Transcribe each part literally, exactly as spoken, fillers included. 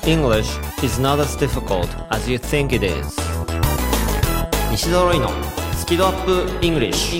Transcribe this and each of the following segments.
English is not as difficult as you think it is. 西澤ロイのスキドアップ English.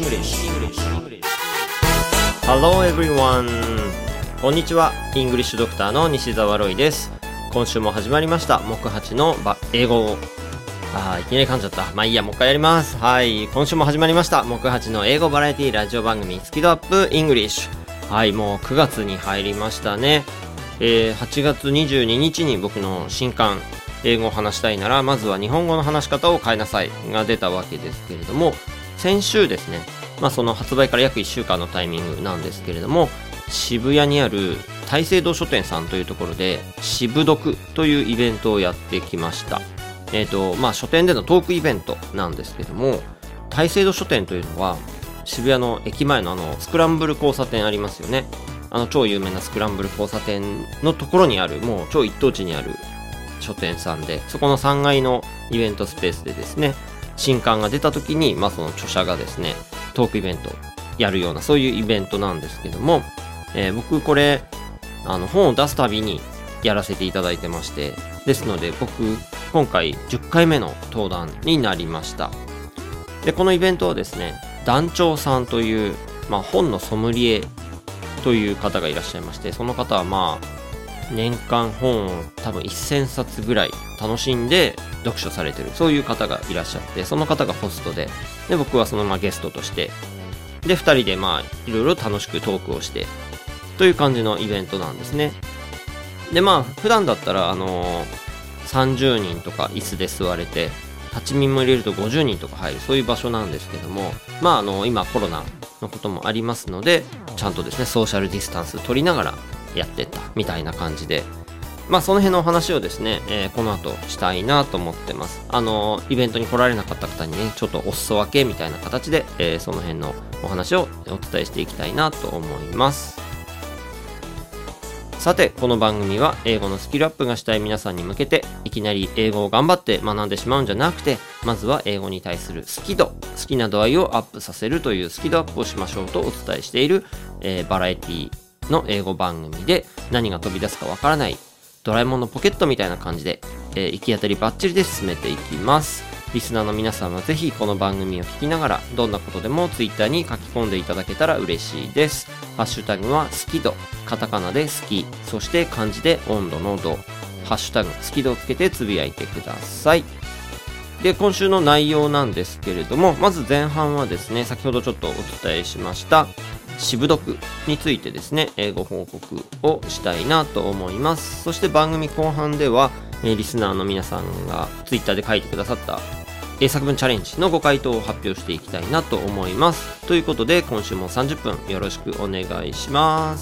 Hello everyone. こんにちは。イングリッシュドクターの西澤ロイです。今週も始まりました木八の英語をあーいきなり噛んじゃった。まあいいや、もう一回やります。はい、今週も始まりました木八の英語バラエティラジオ番組スキドアップ English。 はい、もうくがつに入りましたね。えー、はちがつにじゅうににちに僕の新刊英語を話したいならまずは日本語の話し方を変えなさいが出たわけですけれども、先週ですね、まあその発売から約いっしゅうかんのタイミングなんですけれども、渋谷にある大聖堂書店さんというところで渋読というイベントをやってきました。えーとまあ書店でのトークイベントなんですけども、大聖堂書店というのは渋谷の駅前のあのスクランブル交差点ありますよね。あの超有名なスクランブル交差点のところにある、もう超一等地にある書店さんで、そこのさんがいのイベントスペースでですね、新刊が出た時に、まあその著者がですねトークイベントをやるような、そういうイベントなんですけども、えー、僕これあの本を出すたびにやらせていただいてまして、ですので僕今回じゅっかいめの登壇になりました。でこのイベントはですね、団長さんという、まあ、本のソムリエという方がいらっしゃいまして、その方はまあ年間本を多分せんさつぐらい楽しんで読書されてる、そういう方がいらっしゃって、その方がホストで、で僕はそのままゲストとして、でふたりでまあいろいろ楽しくトークをしてという感じのイベントなんですね。でまあ普段だったらあのー、さんじゅうにんとか椅子で座れて、立ち見も入れるとごじゅうにんとか入る、そういう場所なんですけども、まああのー、今コロナのこともありますので、ちゃんとですねソーシャルディスタンス取りながらやってったみたいな感じで、まあその辺のお話をですね、えー、この後したいなと思ってます。あのー、イベントに来られなかった方にね、ちょっとお裾分けみたいな形で、えー、その辺のお話をお伝えしていきたいなと思います。さて、この番組は英語のスキルアップがしたい皆さんに向けて、いきなり英語を頑張って学んでしまうんじゃなくて、まずは英語に対する好き度、好きな度合いをアップさせるというスキルアップをしましょうとお伝えしている、えー、バラエティの英語番組で、何が飛び出すかわからないドラえもんのポケットみたいな感じで、えー、行き当たりバッチリで進めていきます。リスナーの皆さんはぜひこの番組を聞きながら、どんなことでもツイッターに書き込んでいただけたら嬉しいです。ハッシュタグは好き度、カタカナで好き、そして漢字で温度の度、ハッシュタグ好き度をつけてつぶやいてください。で今週の内容なんですけれども、まず前半はですね、先ほどちょっとお伝えしました渋読についてですね、英語報告をしたいなと思います。そして番組後半では、えー、リスナーの皆さんがツイッターで書いてくださった英作文チャレンジのご回答を発表していきたいなと思います。ということで今週もさんじゅっぷんよろしくお願いします。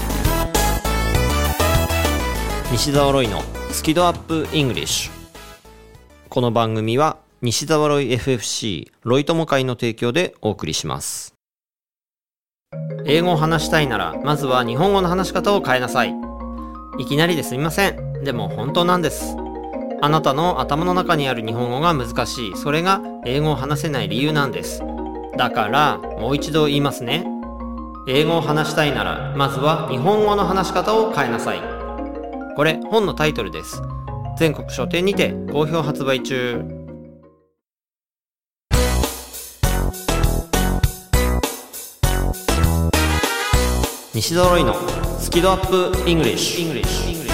西澤ロイのスキドアップイングリッシュ。この番組は西澤ロイ エフエフシー ロイ友会の提供でお送りします。英語を話したいならまずは日本語の話し方を変えなさい。いきなりですみません。でも本当なんです。あなたの頭の中にある日本語が難しい、それが英語を話せない理由なんです。だからもう一度言いますね。英語を話したいならまずは日本語の話し方を変えなさい。これ本のタイトルです。全国書店にて好評発売中。西澤ロイのスキドアップイングリッシュ。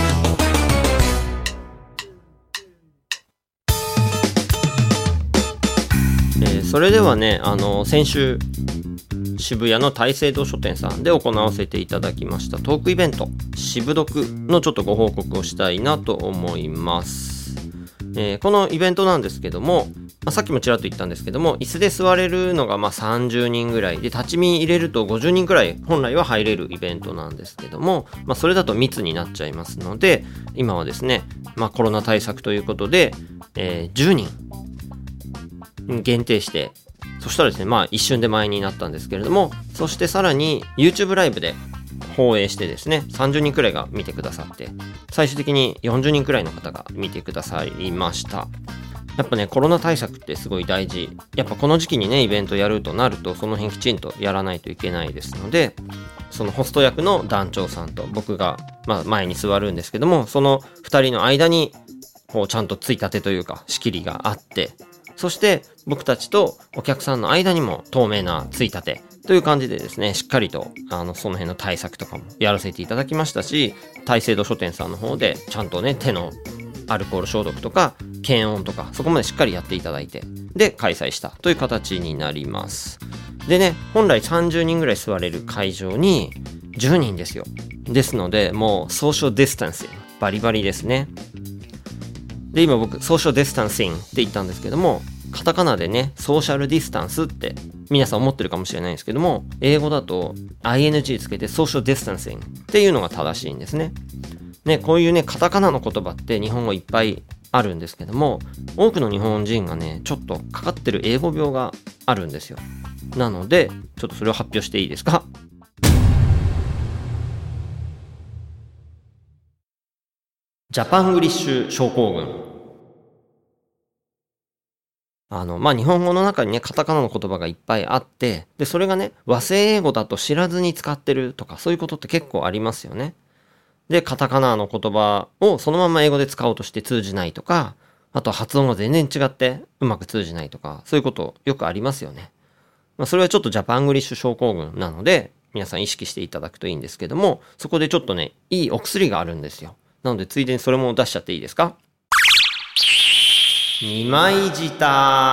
それではね、あの先週渋谷の大聖堂書店さんで行わせていただきましたトークイベント渋読のちょっとご報告をしたいなと思います。えー、このイベントなんですけども、まあ、さっきもちらっと言ったんですけども、椅子で座れるのがまあさんじゅうにんぐらいで、立ち見入れるとごじゅうにんぐらい本来は入れるイベントなんですけども、まあ、それだと密になっちゃいますので、今はですね、まあ、コロナ対策ということで、えー、じゅうにん限定して、そしたらですね、まあ一瞬で満員になったんですけれども、そしてさらに YouTube ライブで放映してですね、さんじゅうにんくらいが見てくださって、最終的によんじゅうにんくらいの方が見てくださいました。やっぱね、コロナ対策ってすごい大事。やっぱこの時期にね、イベントやるとなると、その辺きちんとやらないといけないですので、そそのホスト役の団長さんと僕が、まあ、前に座るんですけども、そのふたりの間にこうちゃんとついたてというか仕切りがあって、そして僕たちとお客さんの間にも透明なついたてという感じでですね、しっかりとあのその辺の対策とかもやらせていただきましたし、大聖堂書店さんの方でちゃんとね、手のアルコール消毒とか検温とかそこまでしっかりやっていただいて、で開催したという形になります。でね、本来さんじゅうにんぐらい座れる会場にじゅうにんですよ。ですのでもうソーシャルディスタンシングバリバリですね。で今僕ソーシャルディスタンシングって言ったんですけども、カタカナでねソーシャルディスタンスって皆さん思ってるかもしれないんですけども、英語だと アイエヌジー つけてソーシャルディスタンシングっていうのが正しいんですね。ね、こういうねカタカナの言葉って日本語いっぱいあるんですけども、多くの日本人がねちょっとかかってる英語病があるんですよ。なのでちょっとそれを発表していいですか。ジャパングリッシュ症候群。あの、まあ、日本語の中にね、カタカナの言葉がいっぱいあって、で、それがね、和製英語だと知らずに使ってるとか、そういうことって結構ありますよね。で、カタカナの言葉をそのまま英語で使おうとして通じないとか、あと発音が全然違ってうまく通じないとか、そういうことよくありますよね。まあ、それはちょっとジャパングリッシュ症候群なので、皆さん意識していただくといいんですけども、そこでちょっとね、いいお薬があるんですよ。なので、ついでにそれも出しちゃっていいですか？二枚舌。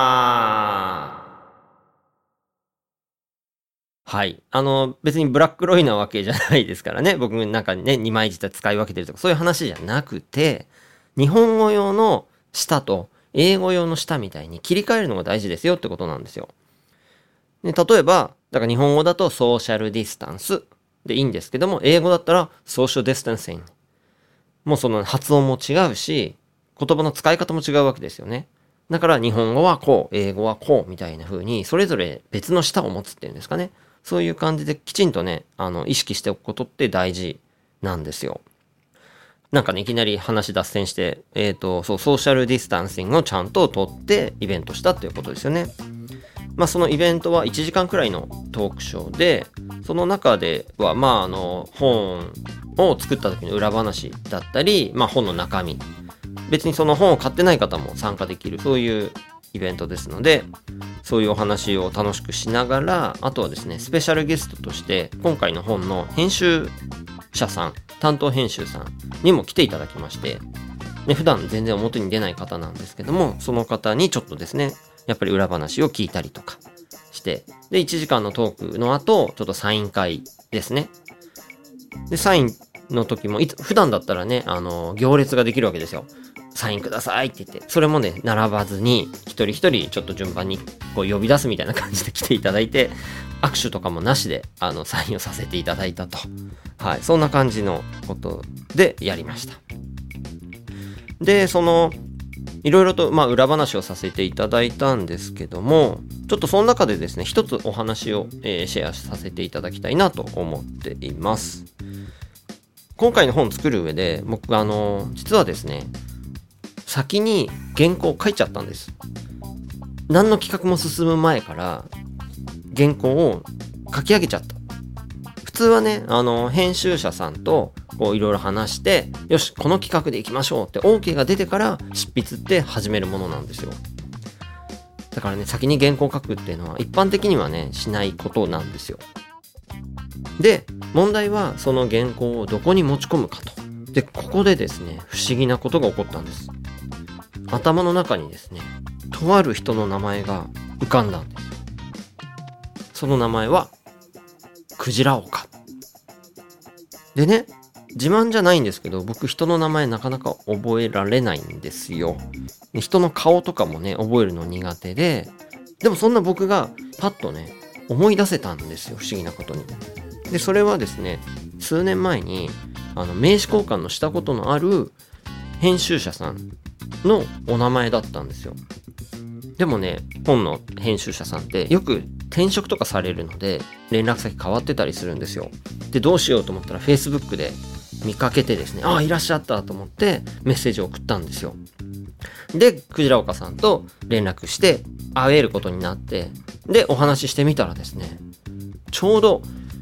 はい。あの、別にブラックロイなわけじゃないですからね。僕の中にね、二枚舌使い分けてるとか、そういう話じゃなくて、日本語用の舌と英語用の舌みたいに切り替えるのが大事ですよってことなんですよ。で、例えば、だから日本語だとソーシャルディスタンスでいいんですけども、英語だったらソーシャルディスタンシング。もうその発音も違うし、言葉の使い方も違うわけですよね。だから日本語はこう、英語はこうみたいな風に、それぞれ別の舌を持つっていうんですかね。そういう感じできちんとね、あの、意識しておくことって大事なんですよ。なんかね、いきなり話脱線して、えっと、そう、ソーシャルディスタンシングをちゃんと取ってイベントしたっていうことですよね。まあ、そのイベントはいちじかんくらいのトークショーで、その中では、まあ、あの、本を作った時の裏話だったり、まあ、本の中身。別にその本を買ってない方も参加できる、そういうイベントですので、そういうお話を楽しくしながら、あとはですね、スペシャルゲストとして、今回の本の編集者さん、担当編集さんにも来ていただきまして、ね、普段全然表に出ない方なんですけども、その方にちょっとですね、やっぱり裏話を聞いたりとかして、で、いちじかんのトークの後、ちょっとサイン会ですね。で、サインの時も、いつ、普段だったらね、あの、行列ができるわけですよ。サインくださいって言って、それもね、並ばずに、一人一人ちょっと順番にこう呼び出すみたいな感じで来ていただいて、握手とかもなしで、あの、サインをさせていただいたと。はい、そんな感じのことでやりました。で、その、いろいろと、まあ、裏話をさせていただいたんですけども、ちょっとその中でですね、一つお話を、えー、シェアさせていただきたいなと思っています。今回の本を作る上で、僕、あの、実はですね、先に原稿を書いちゃったんです。何の企画も進む前から原稿を書き上げちゃった。普通はね、あの、編集者さんとこういろいろ話して、よし、この企画でいきましょうって OK が出てから執筆って始めるものなんですよ。だからね、先に原稿を書くっていうのは一般的にはね、しないことなんですよ。で、問題はその原稿をどこに持ち込むかと。で、ここでですね、不思議なことが起こったんです。頭の中にですね、とある人の名前が浮かんだんです。その名前は、クジラオカ。でね、自慢じゃないんですけど、僕人の名前なかなか覚えられないんですよ。人の顔とかもね、覚えるの苦手で、でもそんな僕がパッとね、思い出せたんですよ、不思議なことに。で、それはですね、数年前に、あの、名刺交換のしたことのある編集者さんのお名前だったんですよ。でもね、本の編集者さんってよく転職とかされるので連絡先変わってたりするんですよ。で、どうしようと思ったら Facebook で見かけてですね、ああ、いらっしゃったと思ってメッセージを送ったんですよ。で、クジラオカさんと連絡して会えることになって、で、お話ししてみたらですね、ちょうど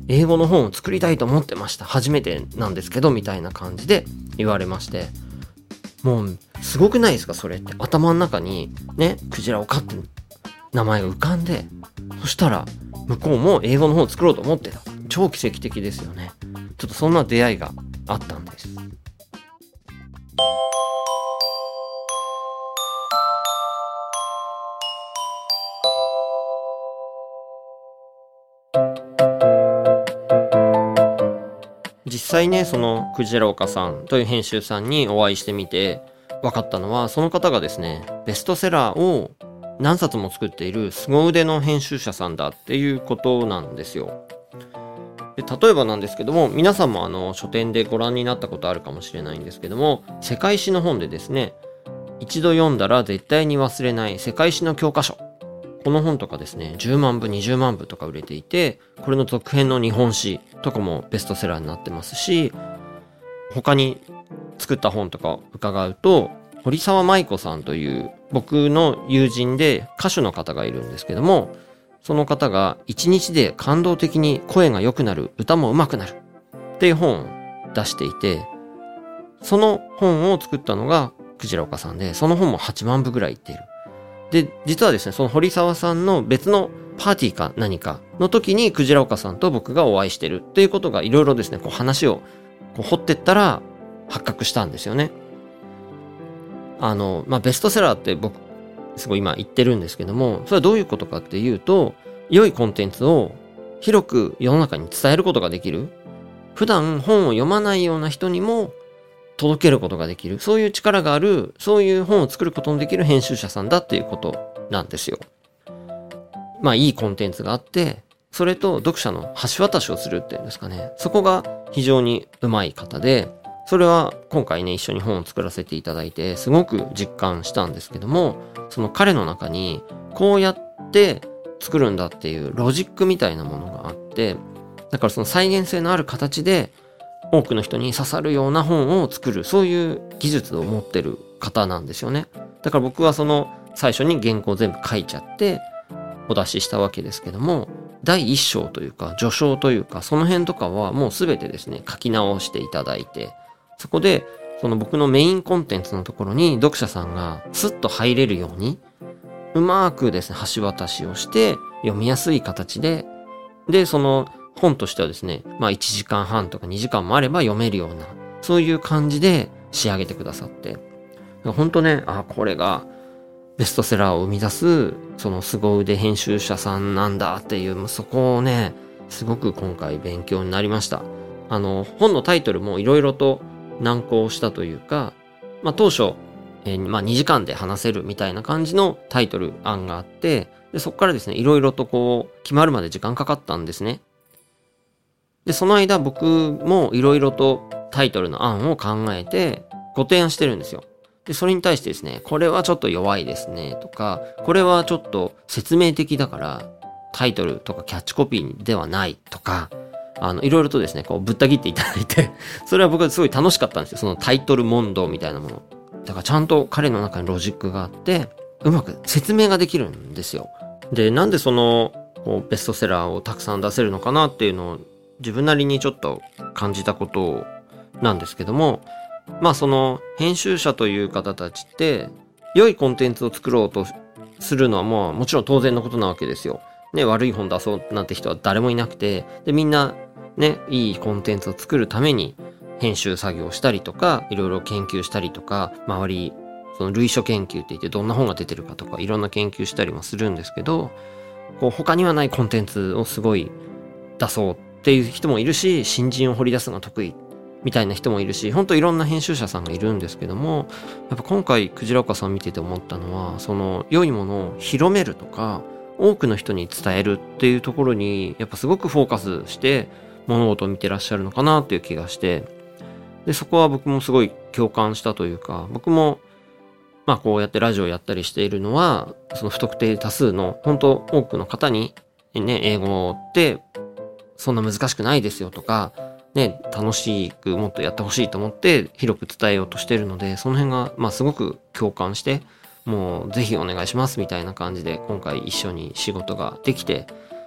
英語の本を作りたいと思ってました。初めてなんですけど、みたいな感じで言われまして、もうすごくないですかそれって。頭の中にね、クジラ岡って名前が浮かんで、そしたら向こうも英語の本を作ろうと思ってた。超奇跡的ですよね。ちょっとそんな出会いがあったんです。実際ね、そのクジラ岡さんという編集さんにお会いしてみて分かったのは、その方がですね、ベストセラーを何冊も作っている凄腕の編集者さんだっていうことなんですよ。で、例えばなんですけども、皆さんもあの書店でご覧になったことあるかもしれないんですけども、世界史の本でですね、一度読んだら絶対に忘れない世界史の教科書、この本とかですね、じゅうまんぶにじゅうまんぶとか売れていて、これの続編の日本史とかもベストセラーになってますし、他に作った本とか伺うと、堀沢舞子さんという僕の友人で歌手の方がいるんですけども、その方が一日で感動的に声が良くなる、歌も上手くなるっていう本を出していて、その本を作ったのがクジラ岡さんで、その本もはちまんぶぐらいいっている。で、実はですね、その堀沢さんの別のパーティーか何かの時にクジラ岡さんと僕がお会いしてるっていうことがいろいろですね、こう話をこう掘ってったら発覚したんですよね。あの、まあ、ベストセラーって僕すごい今言ってるんですけども、それはどういうことかっていうと、良いコンテンツを広く世の中に伝えることができる。普段本を読まないような人にも届けることができる。そういう力がある、そういう本を作ることのできる編集者さんだっていうことなんですよ。まあいいコンテンツがあって、それと読者の橋渡しをするっていうんですかね。そこが非常にうまい方で、それは今回ね、一緒に本を作らせていただいて、すごく実感したんですけども、その彼の中に、こうやって作るんだっていうロジックみたいなものがあって、だからその再現性のある形で、多くの人に刺さるような本を作る、そういう技術を持ってる方なんですよね。だから僕はその最初に原稿を全部書いちゃってお出ししたわけですけども、第一章というか序章というかその辺とかはもうすべてですね、書き直していただいて、そこでその僕のメインコンテンツのところに読者さんがスッと入れるようにうまくですね、橋渡しをして読みやすい形で、でその本としてはですね、まあいちじかんはんとかにじかんもあれば読めるような、そういう感じで仕上げてくださって。本当ね、あ、これがベストセラーを生み出す、その凄腕編集者さんなんだっていう、そこをね、すごく今回勉強になりました。あの、本のタイトルもいろいろと難航したというか、まあ当初、えー、まあにじかんで話せるみたいな感じのタイトル案があって、でそこからですね、いろいろとこう、決まるまで時間かかったんですね。で、その間僕もいろいろとタイトルの案を考えてご提案してるんですよ。で、それに対してですね、これはちょっと弱いですねとか、これはちょっと説明的だからタイトルとかキャッチコピーではないとか、あの、いろいろとですね、こうぶった切っていただいて、それは僕はすごい楽しかったんですよ。そのタイトル問答みたいなもの。だからちゃんと彼の中にロジックがあって、うまく説明ができるんですよ。で、なんでそのこうベストセラーをたくさん出せるのかなっていうのを自分なりにちょっと感じたことなんですけども、まあその編集者という方たちって良いコンテンツを作ろうとするのはまあもちろん当然のことなわけですよ。ね、悪い本出そうなんて人は誰もいなくて、でみんなね、いいコンテンツを作るために編集作業をしたりとか、いろいろ研究したりとか、周りその類書研究って言ってどんな本が出てるかとかいろんな研究したりもするんですけど、こう他にはないコンテンツをすごい出そうっていう人もいるし、新人を掘り出すのが得意みたいな人もいるし、本当いろんな編集者さんがいるんですけども、やっぱ今回クジラ岡さん見てて思ったのは、その良いものを広めるとか多くの人に伝えるっていうところにやっぱすごくフォーカスして物事を見てらっしゃるのかなっていう気がして、でそこは僕もすごい共感したというか、僕もまあこうやってラジオやったりしているのは、その不特定多数の本当多くの方にね、英語ってそんな難しくないですよとかね、楽しくもっとやってほしいと思って広く伝えようとしているので、その辺がまあすごく共感して、もうぜひお願いしますみたいな感じで今回一緒に仕事ができて、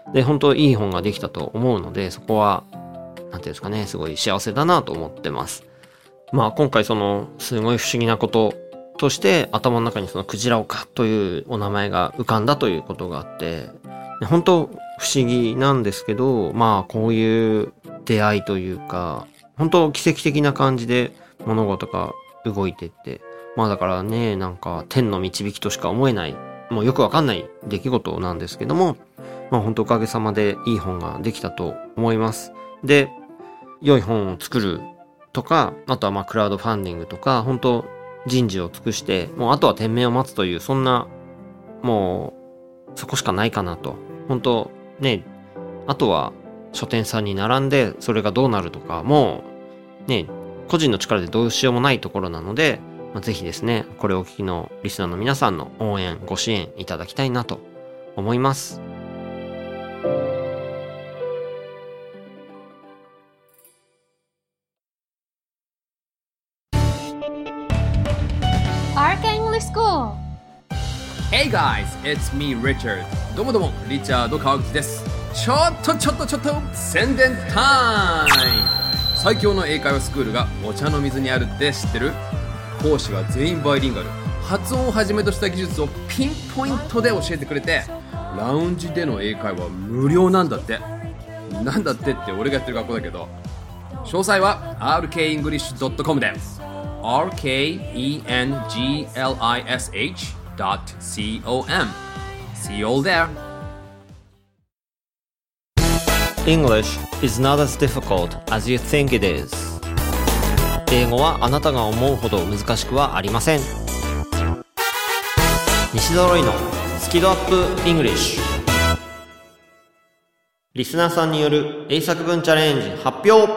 で、本当いい本ができたと思うので、そこは、なんていうんですかね、すごい幸せだなと思ってます。まあ今回その、すごい不思議なこととして、頭の中にそのクジラオカというお名前が浮かんだということがあって、本当不思議なんですけど、まあこういう出会いというか、本当奇跡的な感じで物事が動いてって、まあだからね、なんか天の導きとしか思えない、もうよくわかんない出来事なんですけども、まあ本当おかげさまでいい本ができたと思います。で、良い本を作るとか、あとはまあクラウドファンディングとか、本当人事を尽くして、もうあとは天命を待つという、そんな、もうそこしかないかなと。本当ね、あとは書店さんに並んでそれがどうなるとか、もうね、個人の力でどうしようもないところなので、まあ、ぜひですね、これをお聞きのリスナーの皆さんの応援、ご支援いただきたいなと思います。 Hey guys, it's me Richard. どうもどうも、リチャード川口です。ちょっとちょっとちょっと宣伝タイム。最強の英会話スクールがお茶の水にあるって知ってる？講師は全員バイリンガル。発音をはじめとした技術をピンポイントで教えてくれて、ラウンジでの英会話無料なんだって。なんだってって俺がやってる学校だけど。詳細は アールケーイングリッシュドットコム で アールケーイーエヌジーエルアイエスエイチドットコム See you all there. English is not as difficult as you think it is. 英語はあなたが思うほど難しくはありません。西澤ロイのスキドアップ English。リスナーさんによる英作文チャレンジ発表。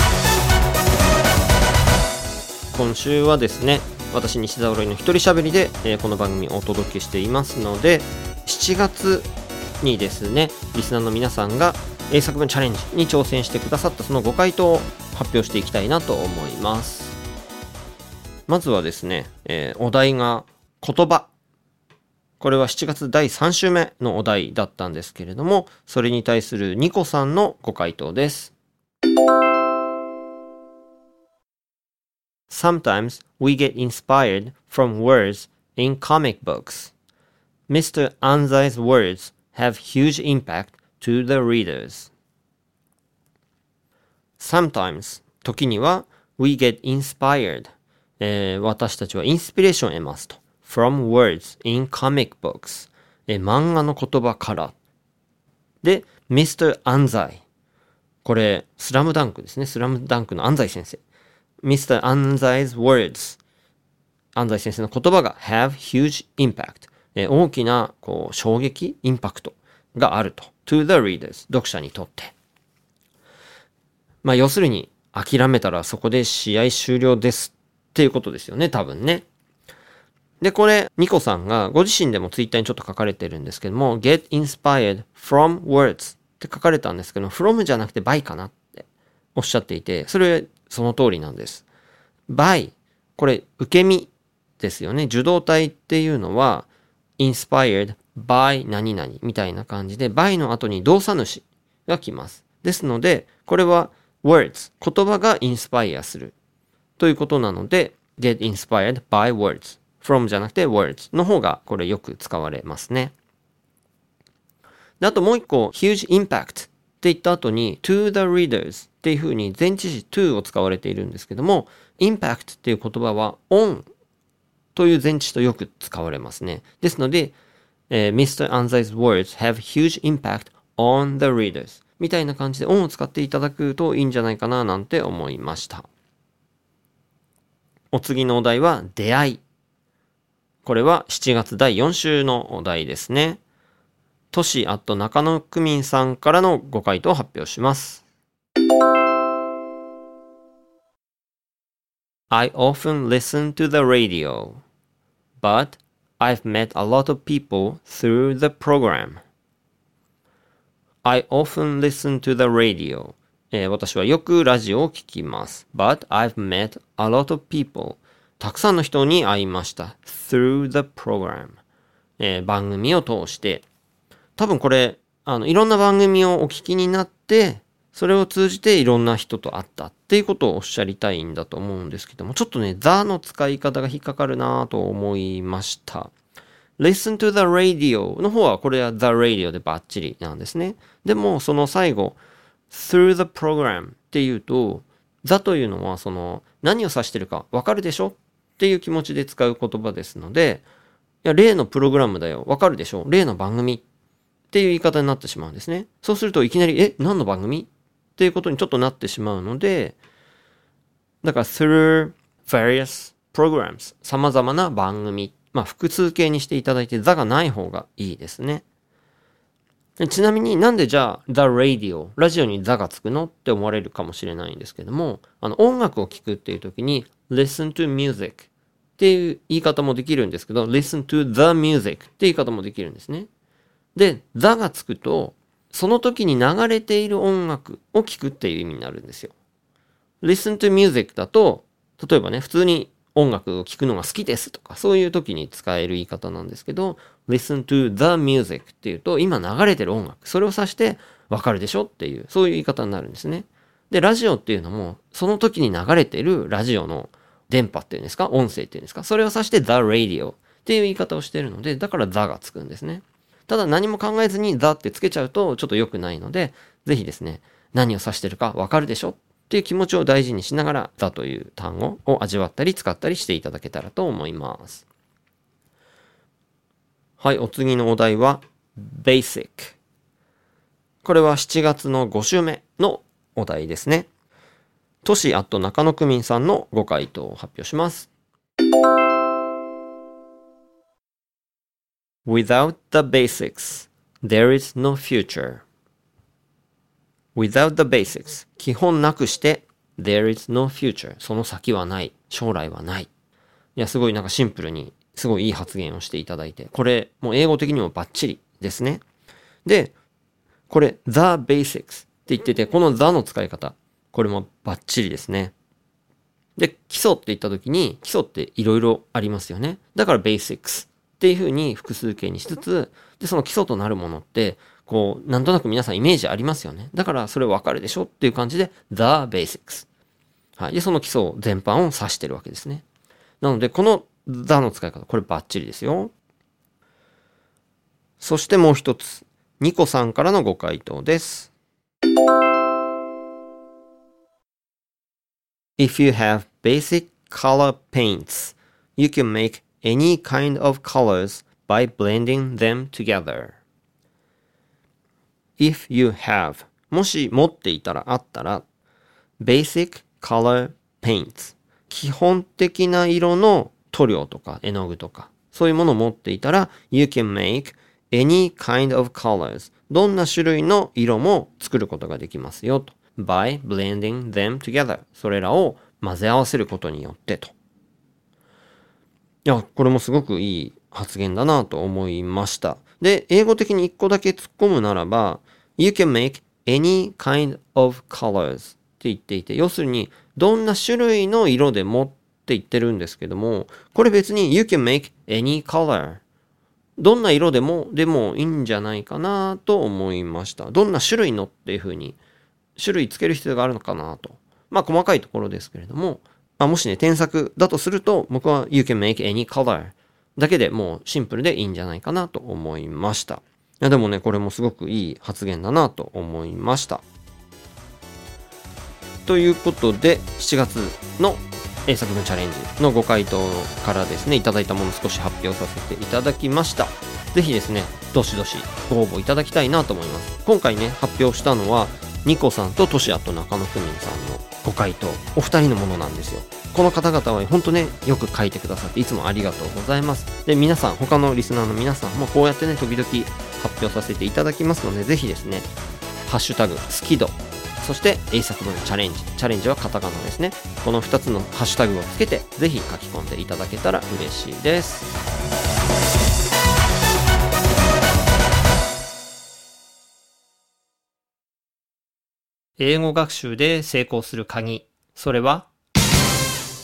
今週はですね、私西澤ロイの一人喋りで、えー、この番組をお届けしていますので、しちがつにですね、リスナーの皆さんが英作文チャレンジに挑戦してくださったそのご回答を発表していきたいなと思います。まずはですね、えー、お題が言葉。これはしちがつだいさん週目のお題だったんですけれども、それに対するニコさんのご回答です。Sometimes we get inspired from words in comic books. Mister Anzai's words have huge impact to the readers. Sometimes 時には we get inspired、えー、私たちはインスピレーションを得ますと from words in comic books、えー、漫画の言葉からで ミスター Anzai、 これスラムダンクですね、スラムダンクの安西先生、ミスター Anzai's words、 安西先生の言葉が have huge impact、えー、大きなこう衝撃インパクトがあると to the readers、 読者にとって、まあ要するに諦めたらそこで試合終了ですっていうことですよね、多分ね。でこれニコさんがご自身でもツイッターにちょっと書かれてるんですけども、 get inspired from words って書かれたんですけど、 from じゃなくて by かなっておっしゃっていて、それその通りなんです。 by これ受け身ですよね。受動体っていうのは inspired by 何々みたいな感じで by の後に動作主が来ます。ですのでこれは words 言葉がインスパイアするということなので get inspired by words、 from じゃなくて words の方がこれよく使われますね。であともう一個 huge impact って言った後に to the readers っていう風に前置詞 to を使われているんですけども、 impact っていう言葉は on という前置詞とよく使われますね。ですので、えー、ミスター Anzai's words have huge impact on the readers みたいな感じで on を使っていただくといいんじゃないかななんて思いました。お次のお題は出会い。これはしちがつだいよん週のお題ですね。トシアット中野区民さんからのご回答を発表します。I often listen to the radio, but I've met a lot of people through the program. I often listen to the radio. えー、私はよくラジオを聞きます。But I've met a lot of people. たくさんの人に会いました。Through the program. えー、番組を通して。多分これ、 あのいろんな番組をお聞きになって、それを通じていろんな人と会ったっていうことをおっしゃりたいんだと思うんですけども、ちょっとね、the の使い方が引っかかるなと思いました。listen to the radio の方はこれは the radio でバッチリなんですね。でもその最後 through the program っていうと、the というのはその何を指してるかわかるでしょっていう気持ちで使う言葉ですので、いや例のプログラムだよ、わかるでしょ、例の番組っていう言い方になってしまうんですね。そうするといきなりえ何の番組っていうことにちょっとなってしまうので、だから through various programs 様々な番組、まあ複数形にしていただいて the がない方がいいですね。ちなみになんでじゃあ the radio ラジオに the がつくのって思われるかもしれないんですけども、あの音楽を聴くっていう時に listen to music っていう言い方もできるんですけど、 listen to the music って言い方もできるんですね。で the がつくとその時に流れている音楽を聴くっていう意味になるんですよ。listen to music だと、例えばね、普通に音楽を聴くのが好きですとか、そういう時に使える言い方なんですけど、listen to the music っていうと、今流れてる音楽、それを指してわかるでしょっていう、そういう言い方になるんですね。で、ラジオっていうのも、その時に流れてるラジオの電波っていうんですか、音声っていうんですか、それを指して the radio っていう言い方をしているので、だから the がつくんですね。ただ何も考えずに the ってつけちゃうとちょっと良くないので、ぜひですね、何を指してるかわかるでしょっていう気持ちを大事にしながら the という単語を味わったり使ったりしていただけたらと思います。はい、お次のお題は basic。これはしちがつのご週目のお題ですね。トシアット中野区民さんのご回答を発表します。Without the basics, there is no future. Without the basics, 基本なくして there is no future. その先はない。将来はない。いや、すごいなんかシンプルに、すごいいい発言をしていただいて、これ、もう英語的にもバッチリですね。で、これ、the basics って言ってて、この the の使い方、これもバッチリですね。で、基礎って言った時に、基礎っていろいろありますよね。だから basics。っていう風に複数形にしつつ、で、その基礎となるものって、こう、なんとなく皆さんイメージありますよね。だからそれわかるでしょっていう感じで、the basics。はい。で、その基礎全般を指してるわけですね。なので、この the の使い方、これバッチリですよ。そしてもう一つ、ニコさんからのご回答です。If you have basic color paints, you can make any kind of colors by blending them together. If you have もし持っていたらあったら basic color paints 基本的な色の塗料とか絵の具とかそういうものを持っていたら you can make any kind of colors どんな種類の色も作ることができますよと by blending them together それらを混ぜ合わせることによってと。いや、これもすごくいい発言だなと思いました。で、英語的に一個だけ突っ込むならば、You can make any kind of colors って言っていて、要するに、どんな種類の色でもって言ってるんですけども、これ別に You can make any color どんな色でも、でもいいんじゃないかなと思いました。どんな種類のっていう風に、種類つける必要があるのかなと。まあ細かいところですけれども、まあ、もしね、添削だとすると、僕は You can make any color だけでもうシンプルでいいんじゃないかなと思いました。いやでもね、これもすごくいい発言だなと思いました。ということで、しちがつの英作文チャレンジのご回答からですね、いただいたものを少し発表させていただきました。ぜひですね、どしどしご応募いただきたいなと思います。今回ね、発表したのは、ニコさんとトシアと中野区民さんのご回答、お二人のものなんですよ。この方々は本当ね、よく書いてくださっていつもありがとうございます。で、皆さん、他のリスナーの皆さんもこうやってね、時々発表させていただきますので、ぜひですね、ハッシュタグ、スキド、そして英作文チャレンジ、チャレンジはカタカナですね。このふたつのハッシュタグをつけて、ぜひ書き込んでいただけたら嬉しいです。英語学習で成功する鍵、それは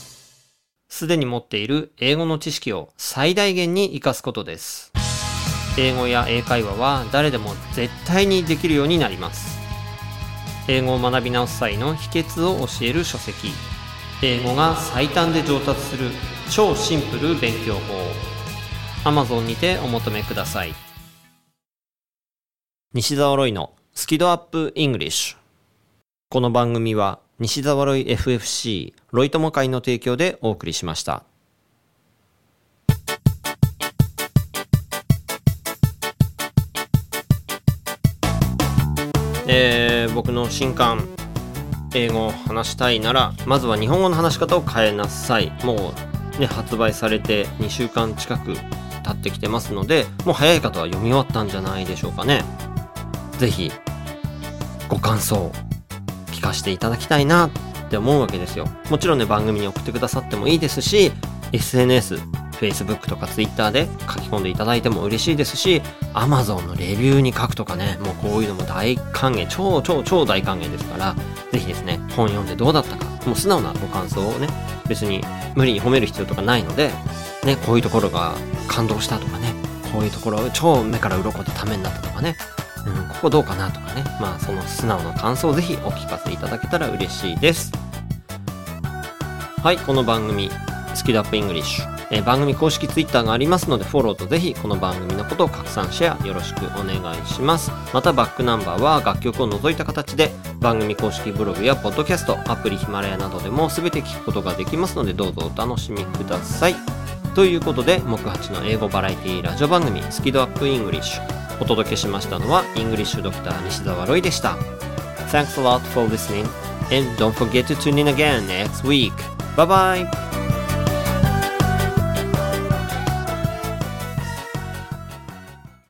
すでに持っている英語の知識を最大限に活かすことです。 英語や英会話は誰でも絶対にできるようになります。英語を学び直す際の秘訣を教える書籍、英語が最短で上達する超シンプル勉強法、 Amazon にてお求めください。西澤ロイのスキドアップイングリッシュ。この番組は西澤ロイ エフエフシー ロイ友会の提供でお送りしました。えー、僕の新刊英語を話したいならまずは日本語の話し方を変えなさい。もうね発売されてにしゅうかん近く経ってきてますので、もう早い方は読み終わったんじゃないでしょうかね。ぜひご感想を聞かせていただきたいなって思うわけですよ。もちろんね番組に送ってくださってもいいですし、 エスエヌエスFacebook とか Twitter で書き込んでいただいても嬉しいですし、 Amazon のレビューに書くとかね、もうこういうのも大歓迎、超超超大歓迎ですから、ぜひですね本読んでどうだったか、もう素直なご感想をね、別に無理に褒める必要とかないのでね、こういうところが感動したとかね、こういうところ超目から鱗でためになったとかね、うん、ここどうかなとかね、まあその素直な感想をぜひお聞かせいただけたら嬉しいです。はい、この番組スキドアップイングリッシュ、えー、番組公式ツイッターがありますのでフォローとぜひこの番組のことを拡散シェアよろしくお願いします。またバックナンバーは楽曲を除いた形で番組公式ブログやポッドキャスト、アプリヒマラヤなどでも全て聞くことができますので、どうぞお楽しみください。ということで木八の英語バラエティラジオ番組スキドアップイングリッシュ、お届けしましたのはイングリッシュドクター西澤ロイでした。 Thanks a lot for listening and don't forget to tune in again next week. Bye bye.